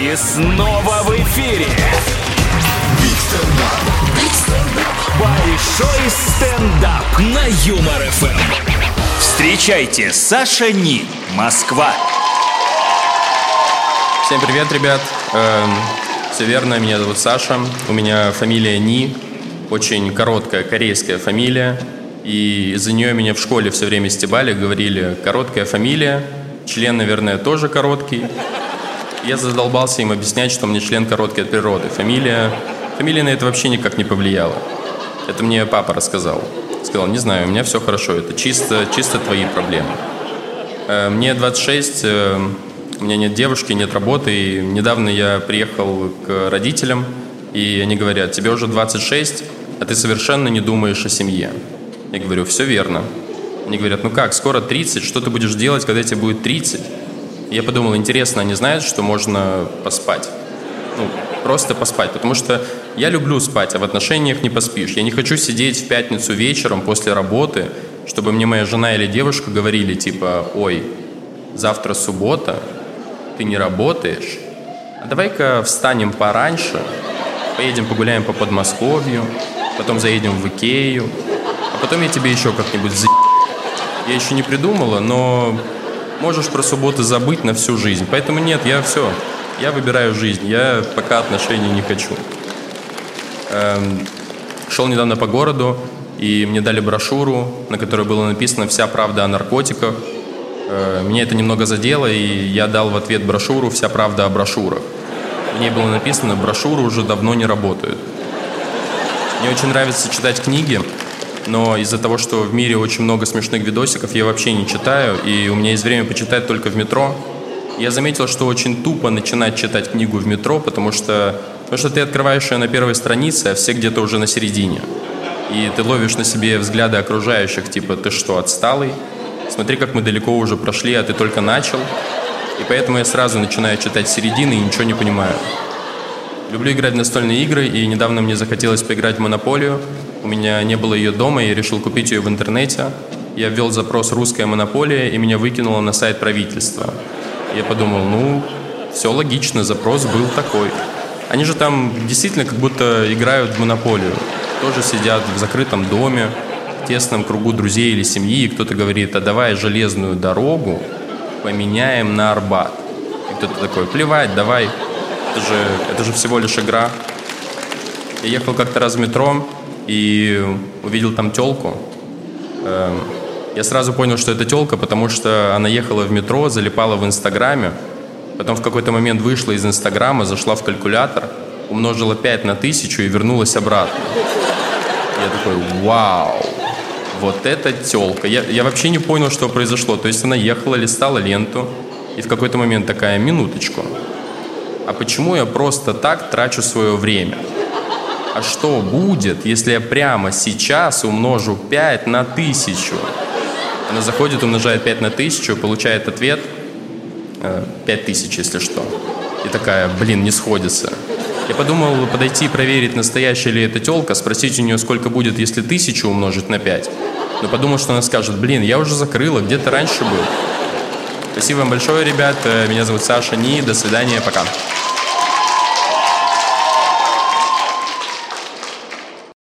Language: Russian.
И снова в эфире большой стендап на Юмор ФМ. Встречайте, Саша Ни, Москва. Всем привет, ребят. Все верно, меня зовут Саша. У меня фамилия Ни, очень короткая корейская фамилия. И из-за нее меня в школе все время стебали, говорили: короткая фамилия, член, наверное, тоже короткий. Я задолбался им объяснять, что мне член короткий от природы. Фамилия на это вообще никак не повлияла. Это мне папа рассказал. Сказал: не знаю, у меня все хорошо, это чисто твои проблемы. Мне 26, у меня нет девушки, нет работы. И недавно я приехал к родителям, и они говорят: тебе уже 26, а ты совершенно не думаешь о семье. Я говорю: все верно. Они говорят: ну как, скоро 30, что ты будешь делать, когда тебе будет 30? Я подумал: интересно, они знают, что можно поспать? Просто поспать, потому что я люблю спать, а в отношениях не поспишь. Я не хочу сидеть в пятницу вечером после работы, чтобы мне моя жена или девушка говорили типа: ой, завтра суббота, ты не работаешь, а давай-ка встанем пораньше, поедем погуляем по Подмосковью, потом заедем в Икею, а потом я тебе еще как-нибудь Я еще не придумала, но можешь про субботы забыть на всю жизнь. Поэтому нет, я выбираю жизнь, я пока отношений не хочу. Шел недавно по городу, и мне дали брошюру, на которой было написано «Вся правда о наркотиках». Меня это немного задело, и я дал в ответ брошюру «Вся правда о брошюрах». В ней было написано: брошюры уже давно не работают. Мне очень нравится читать книги, но из-за того, что в мире очень много смешных видосиков, я вообще не читаю, и у меня есть время почитать только в метро. Я заметил, что очень тупо начинать читать книгу в метро, потому что ты открываешь ее на первой странице, а все где-то уже на середине. И ты ловишь на себе взгляды окружающих, типа: ты что, отсталый? Смотри, как мы далеко уже прошли, а ты только начал. И поэтому я сразу начинаю читать с середины и ничего не понимаю. Люблю играть в настольные игры, и недавно мне захотелось поиграть в Монополию. У меня не было ее дома, и я решил купить ее в интернете. Я ввел запрос «Русская монополия», и меня выкинуло на сайт правительства. Я подумал: все логично, запрос был такой. Они же там действительно как будто играют в монополию. Тоже сидят в закрытом доме, в тесном кругу друзей или семьи, и кто-то говорит: а давай железную дорогу поменяем на Арбат. И кто-то такой: плевать, давай, это же всего лишь игра. Я ехал как-то раз в метро и увидел там тёлку. Я сразу понял, что это тёлка, потому что она ехала в метро, залипала в Инстаграме, потом в какой-то момент вышла из Инстаграма, зашла в калькулятор, умножила 5 на 1000 и вернулась обратно. Я такой: вау, вот это тёлка. Я вообще не понял, что произошло. То есть она ехала, листала ленту, и в какой-то момент такая: минуточку, а почему я просто так трачу свое время? А что будет, если я прямо сейчас умножу 5 на 1000? Она заходит, умножает 5 на 1000, получает ответ 5000, если что. И такая: не сходится. Я подумал подойти и проверить, настоящая ли это тёлка, спросить у нее, сколько будет, если 1000 умножить на 5. Но подумал, что она скажет: я уже закрыла, где ты раньше был. Спасибо вам большое, ребят. Меня зовут Саша Ни. До свидания, пока.